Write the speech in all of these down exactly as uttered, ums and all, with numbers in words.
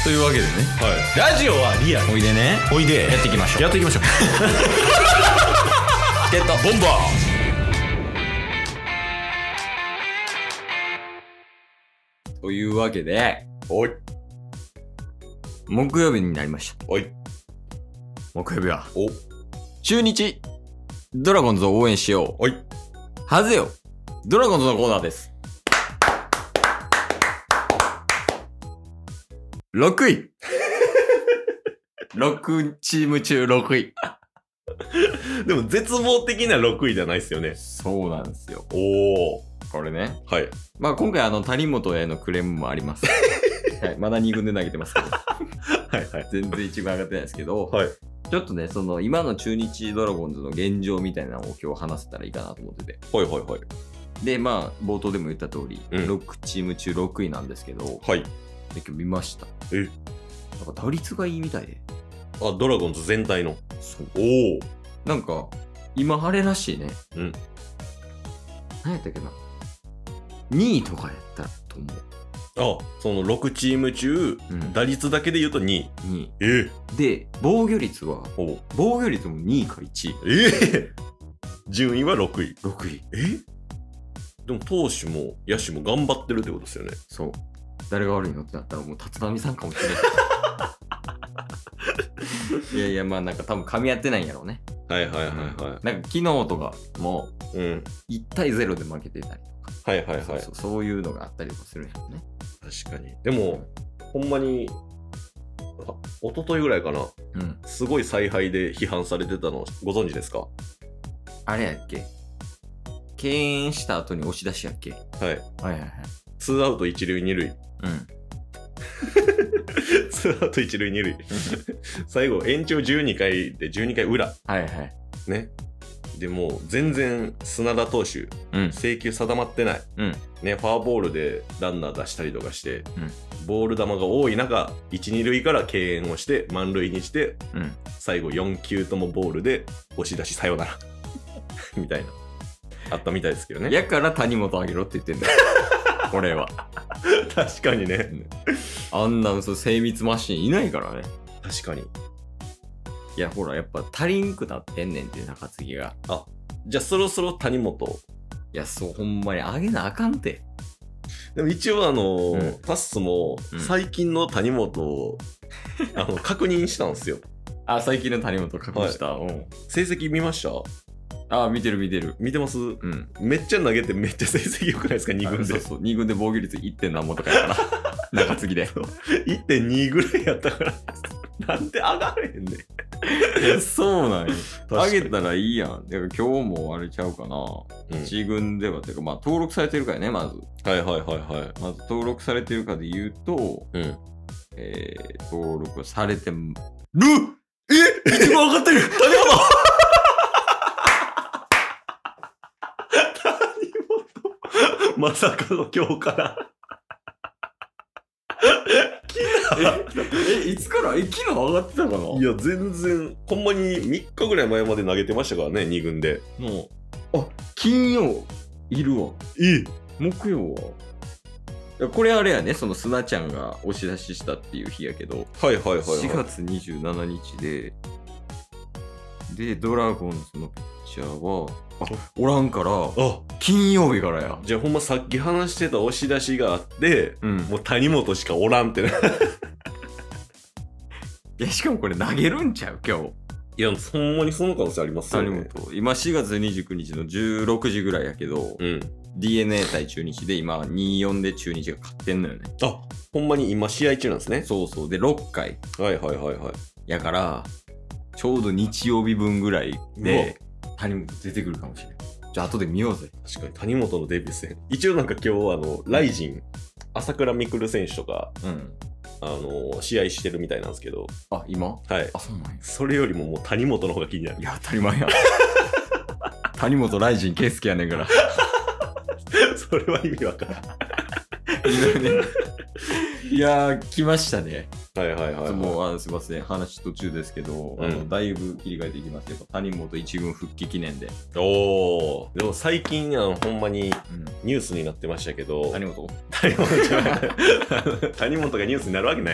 というわけでね、 はい、ラジオはリアル。 おいでね、 おいでやっていきましょう。 やっていきましょう。 チケットボンバーというわけで、 おい木曜日になりました。 おい木曜日はお中日ドラゴンズを応援しよう。 おいはぜよドラゴンズのコーナーです。ろくいろくチーム中ろくい。 でも絶望的なろくいじゃないっすよね。 そうなんですよ。 おお。 これね。 はい。 まあ今回あの谷本へのクレームもあります。はい、まだに軍で投げてますけど。 はいはい。 全然一番上がってないですけど、 はい。 ちょっとね、その今の中日ドラゴンズの現状みたいなのを今日話せたらいいかなと思ってて。 はいはいはい。 で、まあ冒頭でも言った通り、 うん、 ろくチーム中ろくいなんですけど、 はい。 で今日見ました。 えなんか打率がいいみたいで。 あ、ドラゴンズ全体の。 そう。 おお。 なんか、今あれらしいね。 うん。 何やったっけな。にいとかやったと思う。 あ、そのろくチーム中、 うん、 打率だけで言うとにい。 にい。 えで、防御率は、 お防御率もにいかいちい。 え順位はろくい。 ろくい。 えでも投手も野手も頑張ってるってことですよね。 そう。誰が悪いのってなったらもう立浪さんかもしれない。いやいや、まあなんか多分噛み合ってないんやろうね。 はいはいはいはい。 なんか昨日とかもうん。 いちたいゼロで負けてたりとか。 はいはいはい。 そうそう、そういうのがあったりとかするんやろうね。 確かに。でも、ほんまに、あ一昨日ぐらいかな。 うん。 すごい采配で批判されてたのご存知ですか？ あれやっけ？敬遠した後に押し出しやっけ？はい。 はい。 はいはいはい。 ツーアウト一塁二塁。 うん。 ツーアウト一塁二塁。最後、延長じゅうにかいでじゅうにかい裏。 はいはい。 ね。でも、全然砂田投手、 うん。 制球定まってない。 うん。 ね、フォアボールでランナー出したりとかして、 うん、 ボール球が多い中、いち、に塁から敬遠をして、満塁にして、 うん、 最後よん球ともボールで押し出しさよなら。みたいな。あったみたいですけどね。 やから谷本あげろって言ってんだよ。俺は。 確かにね。 あんなそう精密マシンいないからね。 確かに。 いや、ほら、やっぱ足りんくなってんねんって、中継ぎが。 あ、じゃあそろそろ谷本。 いや、そう、ほんまにあげなあかんて。 でも一応あの、うん、タッスも最近の谷本を、うん、あの確認したんですよ。 あ、最近の谷本確認した。はい、 成績見ました？ あ、見てる見てる。 見てます？ うん。 めっちゃ投げてめっちゃ成績良くないですか？に軍で。 そうそう。に軍で防御率 いってん 何もとかやから。中継ぎで。 いってんに ぐらいやったから。なんで上がれへんねん。 いや、そうなんよ。上げたらいいやん。だから今日もあれちゃうかな。うん、いち軍では、てかまあ登録されてるからね、まず。 はいはいはいはい。 まず登録されてるかで言うと、 うん、 えー、登録されてる。 え一番上がってる谷本谷本まさかの今日からえ、え、いつからえ、昨日上がってたかな？ いや、全然、ほんまにみっかぐらい前まで投げてましたからね、に軍で。 もう、あ、金曜、いるわ。 え木曜は。いや、これあれやね、その砂ちゃんが押し出ししたっていう日やけど、 はいはいはい、はい。 しがつにじゅうしちにちで、で、ドラゴンズのピッチャーは、あ、おらんから、あ、金曜日からや。 じゃあほんまさっき話してた押し出しがあって、うん、もう谷本しかおらんってな。いや、しかもこれ投げるんちゃう今日。 いや、ほんまにその可能性ありますよね。 谷本。今しがつにじゅうくにちのじゅうろくじぐらいやけど、うん、ディーエヌエー 対中日で今にたいよんで中日が勝ってんのよね。 あ、ほんまに今試合中なんですね。 そうそう。で、ろっかい。 はいはいはいはい。 やから、ちょうど日曜日分ぐらいで、谷本出てくるかもしれない。じゃあ後で見ようぜ。 確かに谷本のデビュー戦。一応なんか今日あの、ライジン、朝倉未来選手とか、うん、あの、試合してるみたいなんですけど。 あ、今？ はい。 あ、そうなんや。 それよりももう谷本の方が気になる。 いや、当たり前や。谷本、ライジン、圭介やねんから。 それは意味わからん。 いやー、来ましたね。 はいはいはい、はい、 もうあすいません話途中ですけど、うん、あのだいぶ切り替えていきますけど谷本一軍復帰記念で。 おお。でも最近あのほんまにニュースになってましたけど、 うん、谷本谷本じゃない谷本がニュースになるわけない。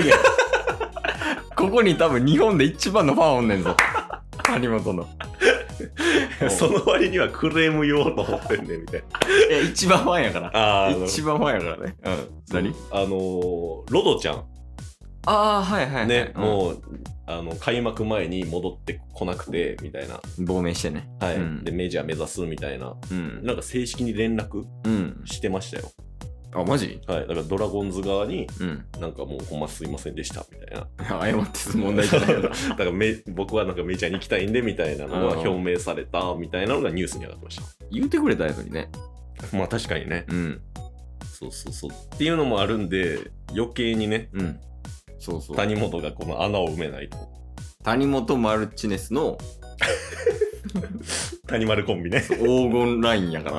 ここに多分日本で一番のファンおんねんぞ谷本のその割にはクレーム言おうと思ってんねんみたいな。 いや一番ファンやから。あ一番ファンやからね。うん。何？ あのー、ロドちゃん。 ああはいはい、はい、 ね、 うん、 もうあの開幕前に戻ってこなくてみたいな。 亡命してね。 はい、 うん。 でメジャー目指すみたいな。 うん。 なんか正式に連絡してましたよ。 うん、あマジ？ はい。だからドラゴンズ側に、 うん、 なんかもうほんますいませんでしたみたいな。 謝って問題じゃないよな。 だからめ僕はなんかメジャーに行きたいんでみたいなのが表明されたみたいなのがニュースに上がってました。 言うてくれたやつにね。 まあ確かにね。 うん。 そうそうそう。っていうのもあるんで余計にね。 うん。そうそう。 谷本がこの穴を埋めないと。 谷本マルチネスの谷丸コンビね。 黄金ラインやから。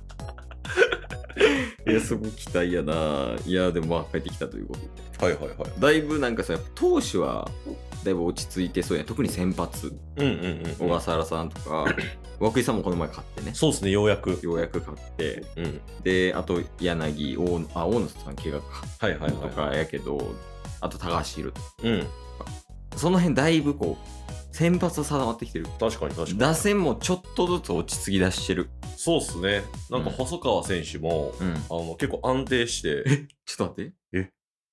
いや、そこ期待やな。いや、でもまあ帰ってきたということで。 はいはいはい。 だいぶなんかさ、投手はだいぶ落ち着いてそうや。特に先発。 うんうんうん、うん。 小笠原さんとか、涌井さんもこの前買ってね。 そうですね、ようやく。 ようやく買って。 うん、 で、あと柳、大野、あ、大野さん怪我か。 はいはいはい。 とかやけど、あと高橋いると。 うん。 その辺だいぶこう、先発は定まってきてる。 確かに確かに。 打線もちょっとずつ落ち着き出してる。 そうっすね。なんか細川選手も、うん、あの結構安定して。 えちょっと待って。 え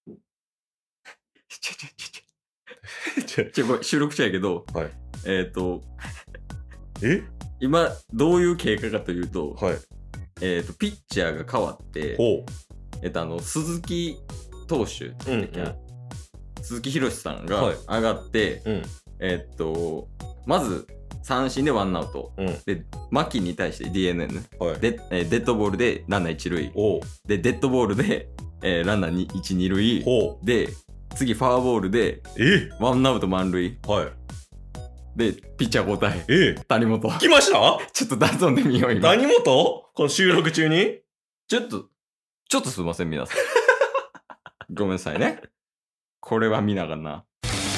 ちょちょちょちょ。ちょ、これ収録中やけど、 はい。 えっと、 え今、どういう経過かというと、 はい。 えっと、ピッチャーが変わって、 ほう。 えっと、あの、鈴木投手、 うんうん、 鈴木宏さんが上がって、 はい、うん、 えっと、まず、三振でワンアウト。 うん、 で、牧に対して ディーエヌエヌ、ね、 はい、 で、えー、デッドボールでランナー一塁。で、デッドボールで、えー、ランナーいち、二塁。で、次ファーボールで、 えワンアウト満塁。 はい。 で、ピッチャー交代。 え谷本。 来ましたちょっとダゾンで見よう今。 谷本この収録中にちょっと、ちょっとすいません、皆さん。ごめんなさいね。これは見ながらな。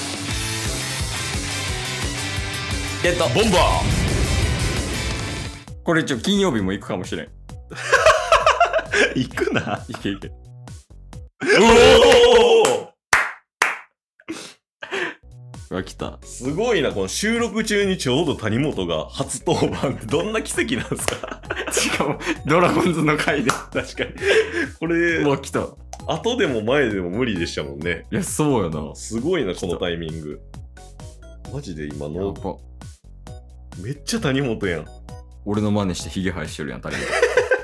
ゲットボンバーこれちょ、金曜日も行くかもしれん。 行くな。 行け行け。 おおうわ、来た。 すごいな、この収録中にちょうど谷本が初登板ってどんな奇跡なんですか。 しかも、ドラゴンズの回で。 確かに。これ、 うわ、来た。 後でも前でも無理でしたもんね。 いや、そうよな。 すごいな、このタイミング。マジで今の。めっちゃ谷本やん。 俺の真似してヒゲ生やしてるやん、谷本。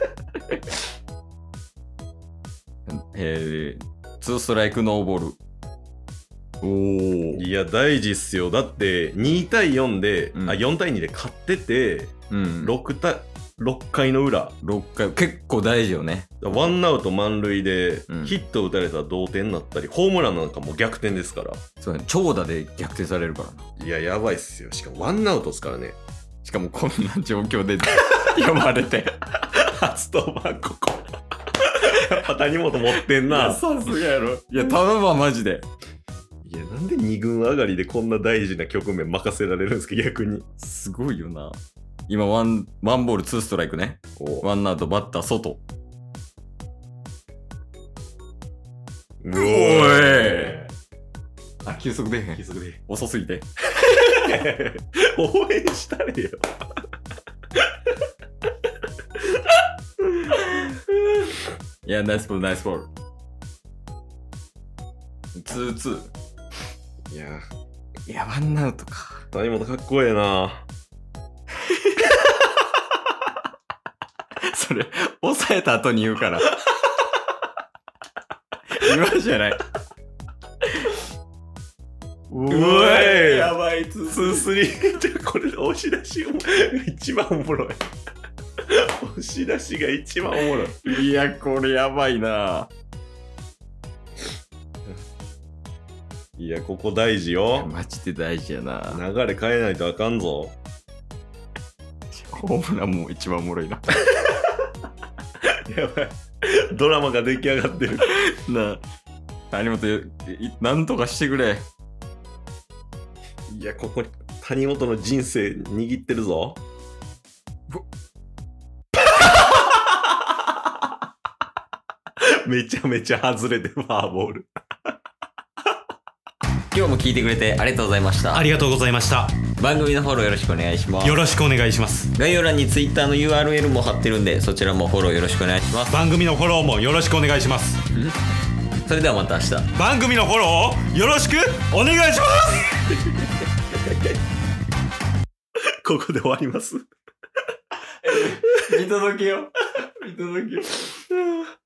えー、ツーストライクノーボール。おー。 いや、大事っすよ。だって、にたいよんで、うん、あ、よんたいにで勝ってて、 うん、 ろく, たろっかいの裏。 ろっかい、結構大事よね。 ワンアウト満塁で、うん、ヒット打たれたら同点になったり、ホームランなんかも逆転ですから。 そうね、長打で逆転されるからな。いや、やばいっすよ。しかもワンアウトっすからね。 しかもこんな状況で読まれて。 初登板ここ。やっぱ谷本持ってんな。 さすがやろ。いや、頼むわ、マジで。 いや、なんでに軍上がりでこんな大事な局面任せられるんですか、逆に。 すごいよな。今、ワン、ワンボールツーストライクね。ワンアウト、バッター、外。 うおーい。 あ、球速出へん。 球速出へん。 遅すぎて。 応援したれよ。 いや、ナイスボール、ナイスボール。ツーツー。 いや。 いや、ワンアウトか。 谷本かっこええな。 それ、抑えた後に言うから。今じゃない。 うわい、 やばい、ツースリー。じゃあこれ押し出しが一番おもろい。押し出しが一番おもろい。いや、これやばいな。 いや、ここ大事よ。 マジで大事やな。 流れ変えないとあかんぞ。 ホームランも一番おもろいな。 やばい。ドラマが出来上がってる。 な谷本、なんとかしてくれ。 いや、ここに谷本の人生握ってるぞ。めちゃめちゃ外れてファーボール。 今日も聞いてくれてありがとうございました。 ありがとうございました。 番組のフォローよろしくお願いします。 よろしくお願いします。 概要欄に Twitter の ユーアールエル も貼ってるんで、そちらもフォローよろしくお願いします。 番組のフォローもよろしくお願いします。 それではまた明日。 番組のフォローをよろしくお願いしますここで終わります。 見届けよ見届けよ